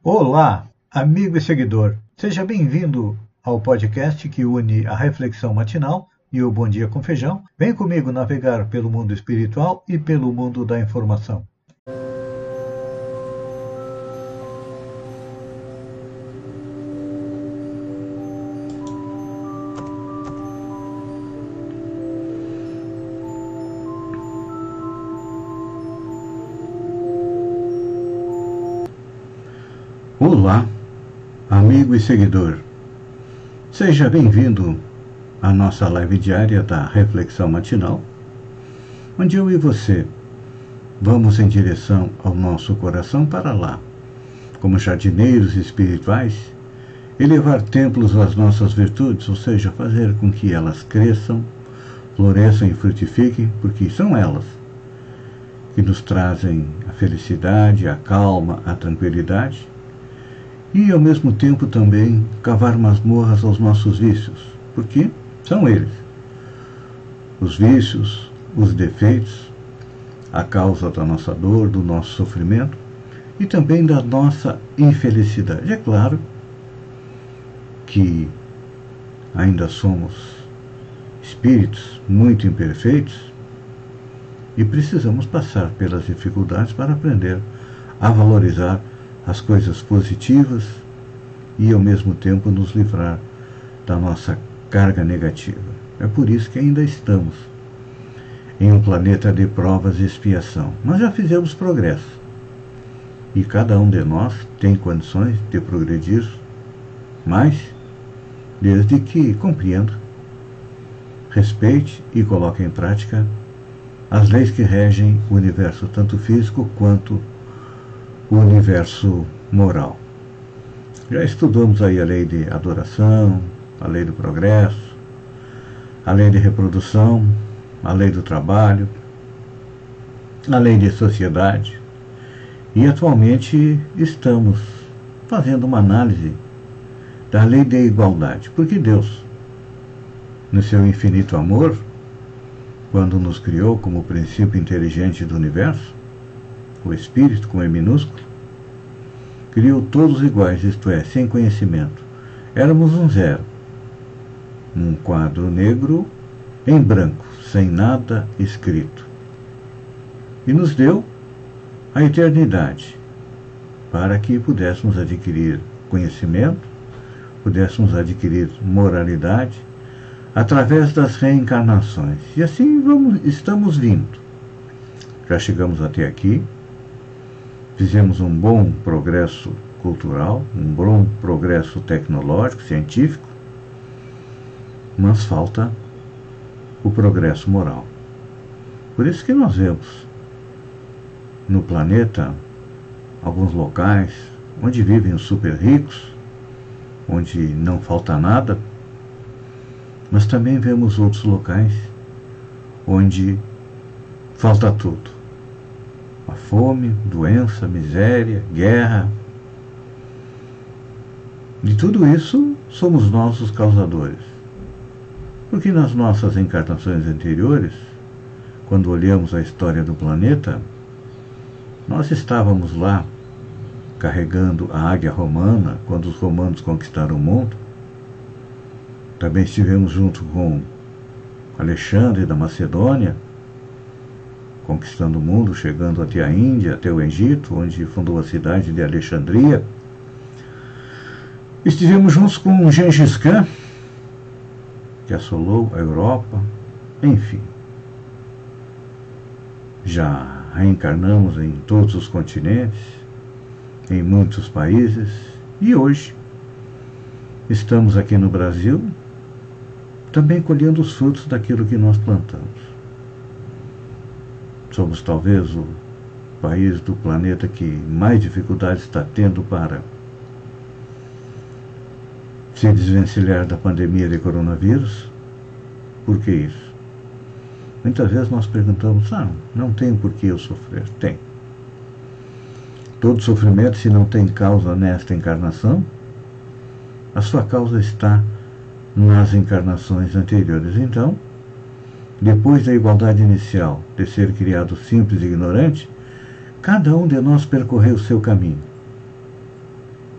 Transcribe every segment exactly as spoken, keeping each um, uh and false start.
Olá, amigo e seguidor. Seja bem-vindo ao podcast que une a reflexão matinal e o Bom Dia com Feijão. Vem comigo navegar pelo mundo espiritual e pelo mundo da informação. Olá, amigo e seguidor. Seja bem-vindo à nossa live diária da Reflexão Matinal, onde eu e você vamos em direção ao nosso coração para lá, como jardineiros espirituais, elevar templos às nossas virtudes, ou seja, fazer com que elas cresçam, floresçam e frutifiquem, porque são elas que nos trazem a felicidade, a calma, a tranquilidade, e, ao mesmo tempo, também cavar masmorras aos nossos vícios, porque são eles, os vícios, os defeitos, a causa da nossa dor, do nosso sofrimento e também da nossa infelicidade. É claro que ainda somos espíritos muito imperfeitos e precisamos passar pelas dificuldades para aprender a valorizar as coisas positivas e, ao mesmo tempo, nos livrar da nossa carga negativa. É por isso que ainda estamos em um planeta de provas e expiação. Mas já fizemos progresso. E cada um de nós tem condições de progredir mais, desde que compreenda, respeite e coloque em prática as leis que regem o universo, tanto físico quanto o universo moral. Já estudamos aí a lei de adoração, a lei do progresso, a lei de reprodução, a lei do trabalho, a lei de sociedade, e atualmente estamos fazendo uma análise da lei da igualdade, porque Deus, no seu infinito amor, quando nos criou como princípio inteligente do universo, o Espírito, com E minúsculo, criou todos iguais, isto é, sem conhecimento. Éramos um zero, um quadro negro em branco, sem nada escrito. E nos deu a eternidade, para que pudéssemos adquirir conhecimento, pudéssemos adquirir moralidade, através das reencarnações. E assim vamos, estamos vindo. Já chegamos até aqui. Fizemos um bom progresso cultural, um bom progresso tecnológico, científico, mas falta o progresso moral. Por isso que nós vemos no planeta alguns locais onde vivem os super ricos, onde não falta nada, mas também vemos outros locais onde falta tudo. A fome, doença, miséria, guerra. De tudo isso, somos nós os causadores. Porque nas nossas encarnações anteriores, quando olhamos a história do planeta, nós estávamos lá carregando a águia romana, quando os romanos conquistaram o mundo. Também estivemos junto com Alexandre da Macedônia, conquistando o mundo, chegando até a Índia, até o Egito, onde fundou a cidade de Alexandria. Estivemos juntos com Gengis Khan, que assolou a Europa, enfim. Já reencarnamos em todos os continentes, em muitos países, e hoje estamos aqui no Brasil, também colhendo os frutos daquilo que nós plantamos. Somos talvez o país do planeta que mais dificuldades está tendo para se desvencilhar da pandemia de coronavírus. Por que isso? Muitas vezes nós perguntamos, ah, não tem por que eu sofrer. Tem. Todo sofrimento, se não tem causa nesta encarnação, a sua causa está nas encarnações anteriores. Então, depois da igualdade inicial de ser criado simples e ignorante, cada um de nós percorreu o seu caminho.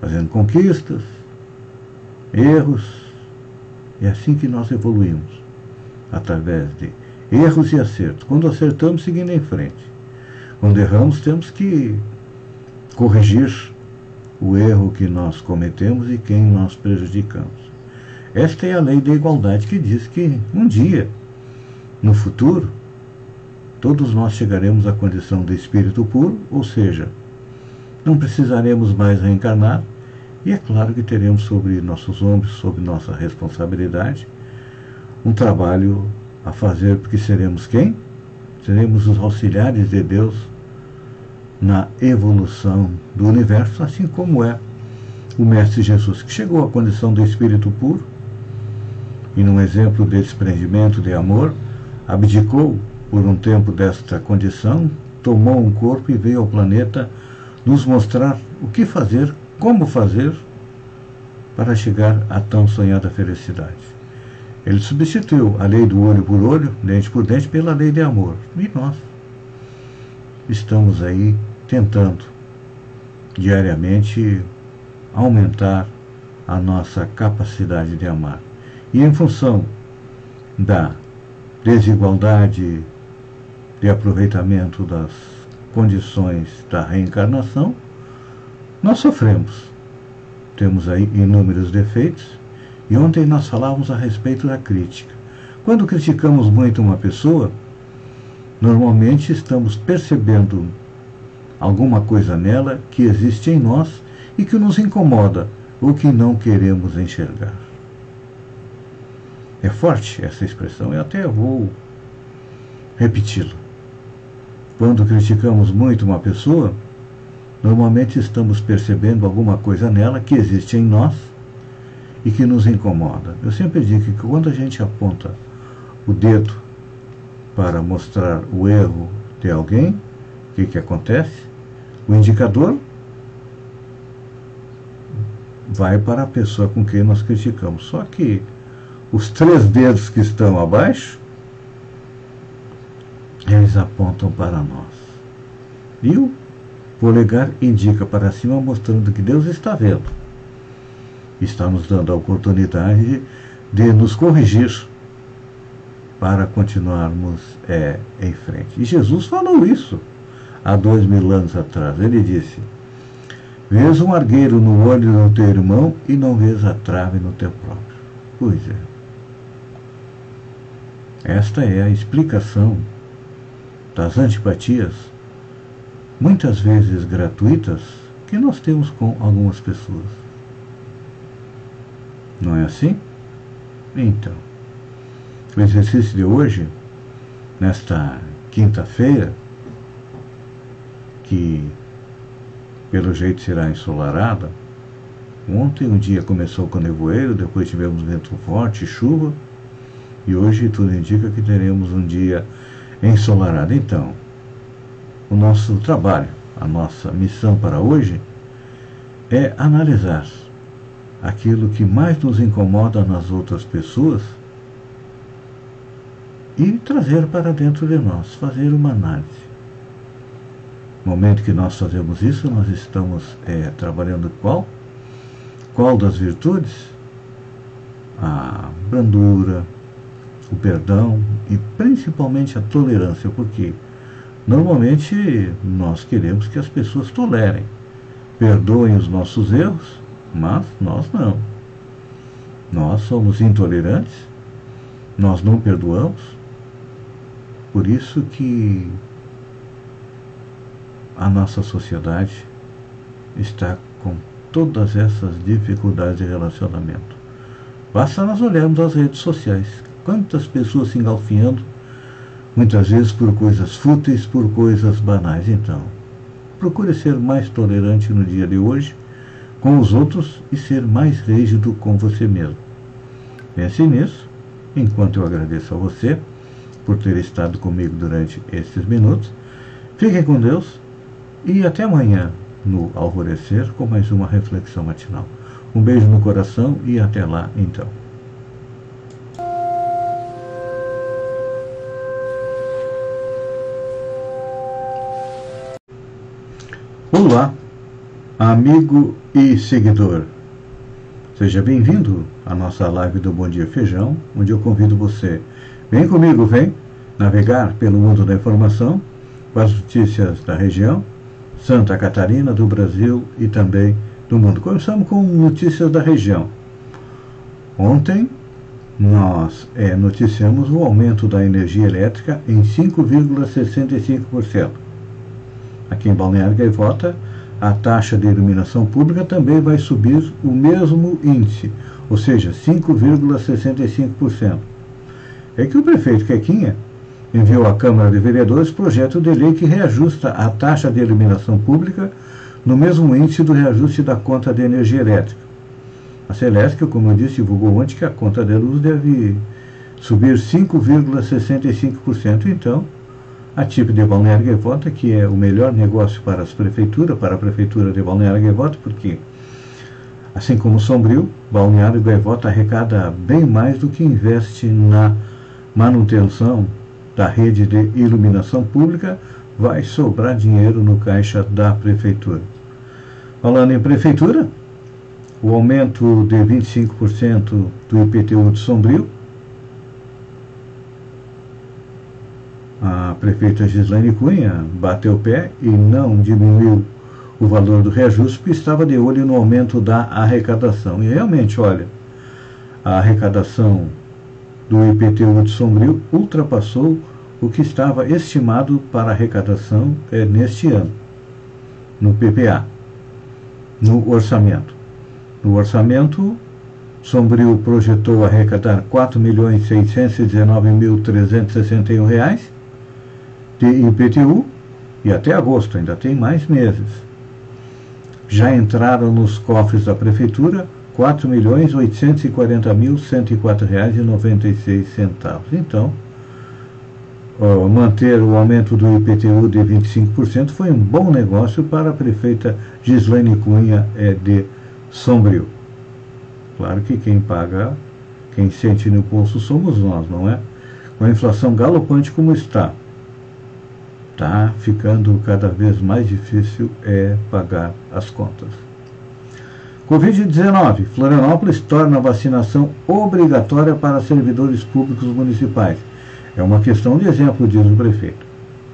fazendo conquistas, erros. É assim que nós evoluímos, através de erros e acertos. Quando acertamos, seguindo em frente. Quando erramos, temos que corrigir o erro que nós cometemos e quem nós prejudicamos. Esta é a lei da igualdade que diz que um dia, no futuro, todos nós chegaremos à condição de espírito puro, ou seja, não precisaremos mais reencarnar, e é claro que teremos sobre nossos ombros, sobre nossa responsabilidade, um trabalho a fazer, porque seremos quem? Seremos os auxiliares de Deus na evolução do universo, assim como é o Mestre Jesus, que chegou à condição do espírito puro, e num exemplo de desprendimento, de amor, abdicou por um tempo desta condição, tomou um corpo e veio ao planeta nos mostrar o que fazer, como fazer para chegar à tão sonhada felicidade. Ele substituiu a lei do olho por olho, dente por dente, pela lei de amor. E nós estamos aí tentando diariamente aumentar a nossa capacidade de amar. E em função da desigualdade de aproveitamento das condições da reencarnação, nós sofremos. Temos aí inúmeros defeitos, e ontem nós falávamos a respeito da crítica. Quando criticamos muito uma pessoa, normalmente estamos percebendo alguma coisa nela que existe em nós e que nos incomoda ou que não queremos enxergar. É forte essa expressão, eu até vou repeti-la. Quando criticamos muito uma pessoa, normalmente estamos percebendo alguma coisa nela que existe em nós e que nos incomoda. Eu sempre digo que quando a gente aponta o dedo para mostrar o erro de alguém, o que, que acontece? O indicador vai para a pessoa com quem nós criticamos. Só que os três dedos que estão abaixo, eles apontam para nós. E o polegar indica para cima, mostrando que Deus está vendo. Está nos dando a oportunidade de nos corrigir para continuarmos é, em frente. E Jesus falou isso há dois mil anos atrás. Ele disse: vês um argueiro no olho do teu irmão e não vês a trave no teu próprio. Pois é. Esta é a explicação das antipatias, muitas vezes gratuitas, que nós temos com algumas pessoas. Não é assim? Então, o exercício de hoje, nesta quinta-feira, que pelo jeito será ensolarada. Ontem um dia começou com nevoeiro, depois tivemos vento forte, chuva, e hoje tudo indica que teremos um dia ensolarado. Então, o nosso trabalho, a nossa missão para hoje é analisar aquilo que mais nos incomoda nas outras pessoas e trazer para dentro de nós, fazer uma análise. No momento que nós fazemos isso, nós estamos é, trabalhando qual? Qual das virtudes? A brandura, o perdão e principalmente a tolerância, porque normalmente nós queremos que as pessoas tolerem, perdoem os nossos erros, mas nós não. Nós somos intolerantes, nós não perdoamos, por isso que a nossa sociedade está com todas essas dificuldades de relacionamento. Basta nós olharmos as redes sociais. Quantas pessoas se engalfinhando, muitas vezes por coisas fúteis, por coisas banais. Então, procure ser mais tolerante no dia de hoje com os outros e ser mais rígido com você mesmo. Pense nisso, enquanto eu agradeço a você por ter estado comigo durante esses minutos. Fiquem com Deus e até amanhã no alvorecer com mais uma reflexão matinal. Um beijo no coração e até lá então. Olá, Amigo e seguidor, seja bem-vindo à nossa live do Bom Dia Feijão, onde eu convido você, vem comigo, vem navegar pelo mundo da informação, com as notícias da região, Santa Catarina, do Brasil e também do mundo. Começamos com notícias da região. Ontem nós é, noticiamos o aumento da energia elétrica em cinco vírgula sessenta e cinco por cento. Aqui em Balneário Gaivota, a taxa de iluminação pública também vai subir o mesmo índice, ou seja, cinco vírgula sessenta e cinco por cento. É que o prefeito Quequinha enviou à Câmara de Vereadores projeto de lei que reajusta a taxa de iluminação pública no mesmo índice do reajuste da conta de energia elétrica. A Celesc, como eu disse, divulgou ontem que a conta de luz deve subir cinco vírgula sessenta e cinco por cento. Então, a T I P de Balneário Gaivota, que é o melhor negócio para as prefeituras, para a prefeitura de Balneário Gaivota, porque, assim como Sombrio, Balneário Gaivota arrecada bem mais do que investe na manutenção da rede de iluminação pública, vai sobrar dinheiro no caixa da prefeitura. Falando em prefeitura, o aumento de vinte e cinco por cento do I P T U de Sombrio, a prefeita Gislaine Cunha bateu o pé e não diminuiu o valor do reajuste, porque estava de olho no aumento da arrecadação. E realmente, olha, a arrecadação do I P T U de Sombrio ultrapassou o que estava estimado para arrecadação é, neste ano, no P P A, no orçamento. No orçamento, Sombrio projetou arrecadar quatro milhões seiscentos e dezenove mil trezentos e sessenta e um reais de I P T U, e até agosto, ainda tem mais meses. Já entraram nos cofres da prefeitura quatro milhões oitocentos e quarenta mil cento e quatro reais e noventa e seis centavos. Então, ó, manter o aumento do I P T U de vinte e cinco por cento foi um bom negócio para a prefeita Gislaine Cunha é, de Sombrio. Claro que quem paga, quem sente no bolso somos nós, não é? Com a inflação galopante como está, está ficando cada vez mais difícil é pagar as contas. covid dezenove. Florianópolis torna a vacinação obrigatória para servidores públicos municipais. É uma questão de exemplo, diz o prefeito.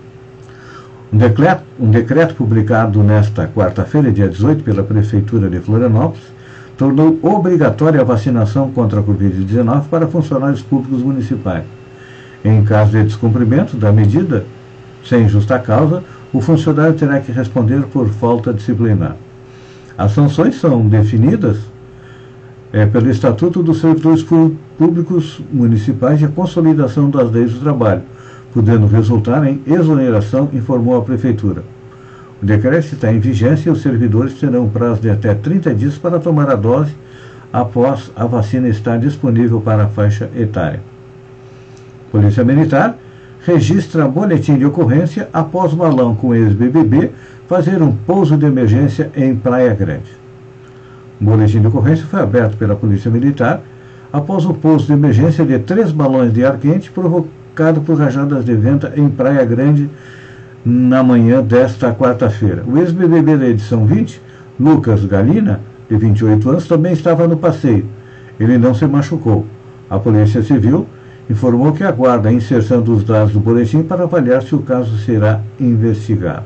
Um decreto, um decreto publicado nesta quarta-feira, dia dezoito, pela Prefeitura de Florianópolis, tornou obrigatória a vacinação contra a covid dezenove para funcionários públicos municipais. Em caso de descumprimento da medida, sem justa causa, o funcionário terá que responder por falta disciplinar. As sanções são definidas é, pelo Estatuto dos Servidores Públicos Municipais e a Consolidação das Leis do Trabalho, podendo resultar em exoneração, informou a Prefeitura. O decreto está em vigência e os servidores terão um prazo de até trinta dias para tomar a dose após a vacina estar disponível para a faixa etária. Polícia Militar registra boletim de ocorrência após balão com ex-B B B fazer um pouso de emergência em Praia Grande. O boletim de ocorrência foi aberto pela Polícia Militar após o pouso de emergência de três balões de ar quente provocado por rajadas de vento em Praia Grande na manhã desta quarta-feira. O ex-B B B da edição vinte, Lucas Galina, de vinte e oito anos, também estava no passeio. Ele não se machucou. A Polícia Civil informou que aguarda a inserção dos dados do boletim para avaliar se o caso será investigado.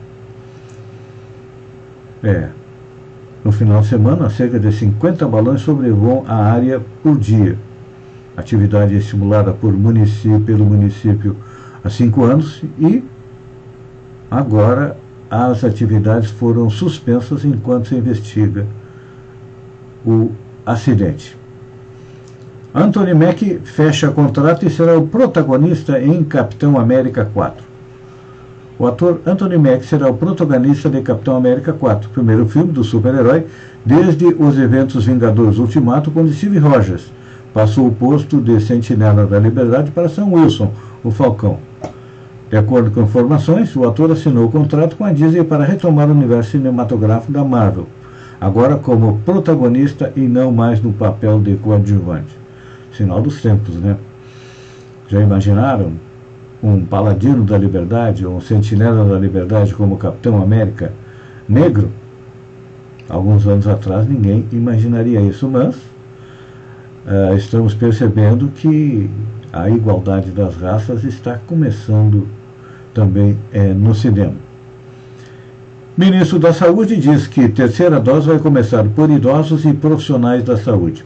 É, no final de semana, cerca de cinquenta balões sobrevoam a área por dia. Atividade estimulada por município, pelo município há cinco anos e agora as atividades foram suspensas enquanto se investiga o acidente. Anthony Mackie fecha contrato e será o protagonista em Capitão América quatro. O ator Anthony Mackie será o protagonista de Capitão América quatro, o primeiro filme do super-herói desde os eventos Vingadores Ultimato, quando Steve Rogers passou o posto de Sentinela da Liberdade para Sam Wilson, o Falcão. De acordo com informações, o ator assinou o contrato com a Disney para retomar o universo cinematográfico da Marvel, agora como protagonista e não mais no papel de coadjuvante. Sinal dos tempos, né? Já imaginaram um paladino da liberdade ou um sentinela da liberdade como Capitão América negro? Alguns anos atrás ninguém imaginaria isso, mas uh, estamos percebendo que a igualdade das raças está começando também uh, no cinema. Ministro da Saúde diz que terceira dose vai começar por idosos e profissionais da saúde.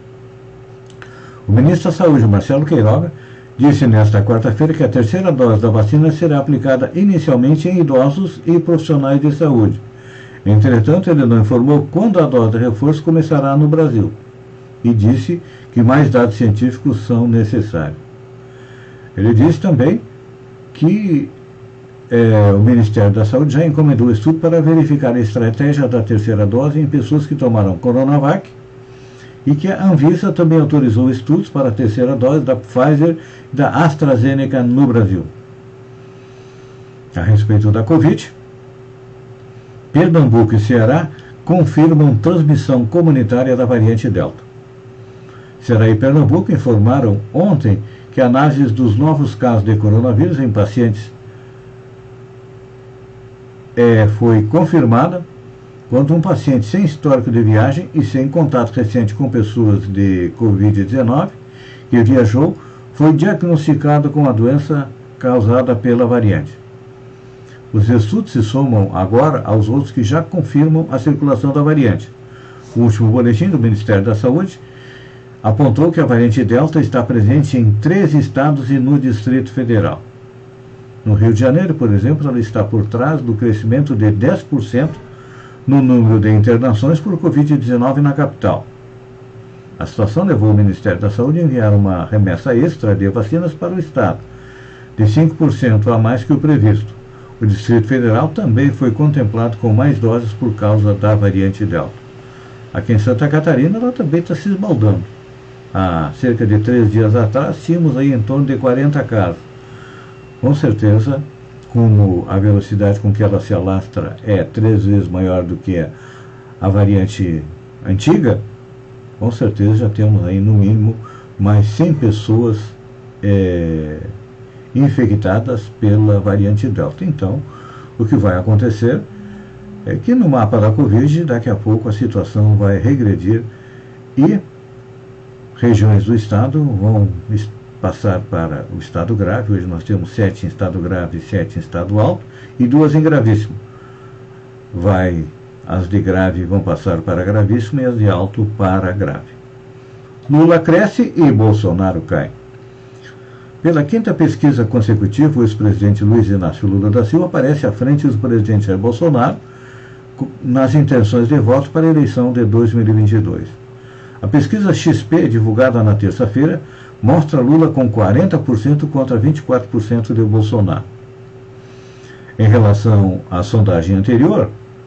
O ministro da Saúde, Marcelo Queiroga, disse nesta quarta-feira que a terceira dose da vacina será aplicada inicialmente em idosos e profissionais de saúde. Entretanto, ele não informou quando a dose de reforço começará no Brasil e disse que mais dados científicos são necessários. Ele disse também que é, o Ministério da Saúde já encomendou o estudo para verificar a estratégia da terceira dose em pessoas que tomaram Coronavac e que a Anvisa também autorizou estudos para a terceira dose da Pfizer e da AstraZeneca no Brasil. A respeito da Covid, Pernambuco e Ceará confirmam transmissão comunitária da variante Delta. Ceará e Pernambuco informaram ontem que a análise dos novos casos de coronavírus em pacientes é, foi confirmada quando um paciente sem histórico de viagem e sem contato recente com pessoas de covid dezenove que viajou foi diagnosticado com a doença causada pela variante. Os estudos se somam agora aos outros que já confirmam a circulação da variante. O último boletim do Ministério da Saúde apontou que a variante Delta está presente em treze estados e no Distrito Federal. No Rio de Janeiro, por exemplo, ela está por trás do crescimento de dez por cento no número de internações por covid dezenove na capital. A situação levou o Ministério da Saúde a enviar uma remessa extra de vacinas para o estado, de cinco por cento a mais que o previsto. O Distrito Federal também foi contemplado com mais doses por causa da variante Delta. Aqui em Santa Catarina, ela também está se esbaldando. Há cerca de três dias atrás, tínhamos aí em torno de quarenta casos. Com certeza, como a velocidade com que ela se alastra é três vezes maior do que a variante antiga, com certeza já temos aí no mínimo mais cem pessoas é, infectadas pela variante Delta. Então, o que vai acontecer é que no mapa da Covid, daqui a pouco a situação vai regredir e regiões do estado vão passar para o estado grave. Hoje nós temos sete em estado grave e sete em estado alto e duas em gravíssimo. Vai, as de grave vão passar para gravíssimo e as de alto para grave. Lula cresce e Bolsonaro cai. Pela quinta pesquisa consecutiva, o ex-presidente Luiz Inácio Lula da Silva aparece à frente do presidente Jair Bolsonaro nas intenções de voto para a eleição de dois mil e vinte e dois. A pesquisa X P, divulgada na terça-feira, mostra Lula com quarenta por cento contra vinte e quatro por cento de Bolsonaro. Em relação à sondagem anterior,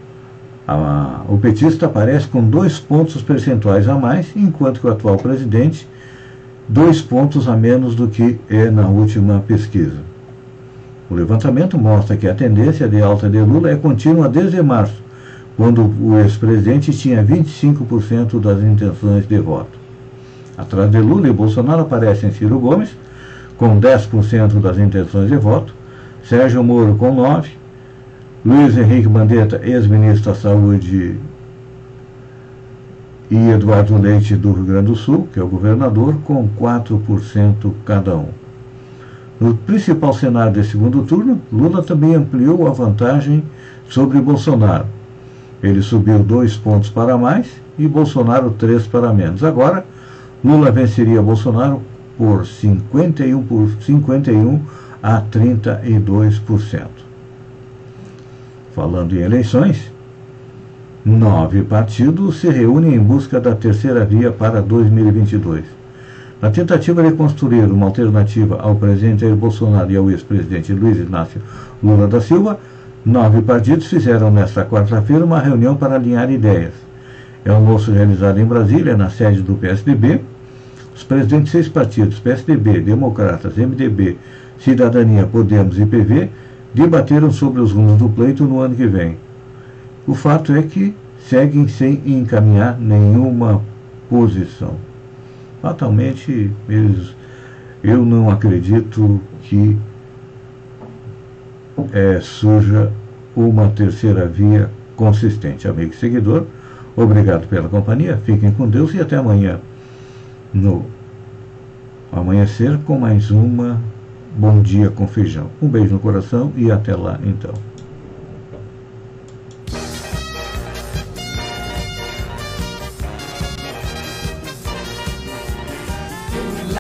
a, o petista aparece com dois pontos percentuais a mais, enquanto que o atual presidente dois pontos a menos do que é na última pesquisa. O levantamento mostra que a tendência de alta de Lula é contínua desde março, quando o ex-presidente tinha vinte e cinco por cento das intenções de voto. Atrás de Lula e Bolsonaro aparecem Ciro Gomes, com dez por cento das intenções de voto, Sérgio Moro com nove por cento, Luiz Henrique Mandetta, ex-ministro da Saúde, e Eduardo Leite do Rio Grande do Sul, que é o governador, com quatro por cento cada um. No principal cenário de segundo turno, Lula também ampliou a vantagem sobre Bolsonaro. Ele subiu dois pontos para mais e Bolsonaro três para menos. Agora, Lula venceria Bolsonaro por cinquenta e um, por cinquenta e um a trinta e dois por cento. Falando em eleições, nove partidos se reúnem em busca da terceira via para dois mil e vinte e dois. Na tentativa de construir uma alternativa ao presidente Jair Bolsonaro e ao ex-presidente Luiz Inácio Lula da Silva, nove partidos fizeram nesta quarta-feira uma reunião para alinhar ideias. É um almoço realizado em Brasília, na sede do P S D B. Os presidentes de seis partidos, P S D B, Democratas, M D B, Cidadania, Podemos e P V, debateram sobre os rumos do pleito no ano que vem. O fato é que seguem sem encaminhar nenhuma posição. Fatalmente, eles, eu não acredito que é, surja uma terceira via consistente. Amigo e seguidor, Obrigado pela companhia, fiquem com Deus e até amanhã no amanhecer com mais uma Bom Dia com Feijão. Um beijo no coração e até lá então.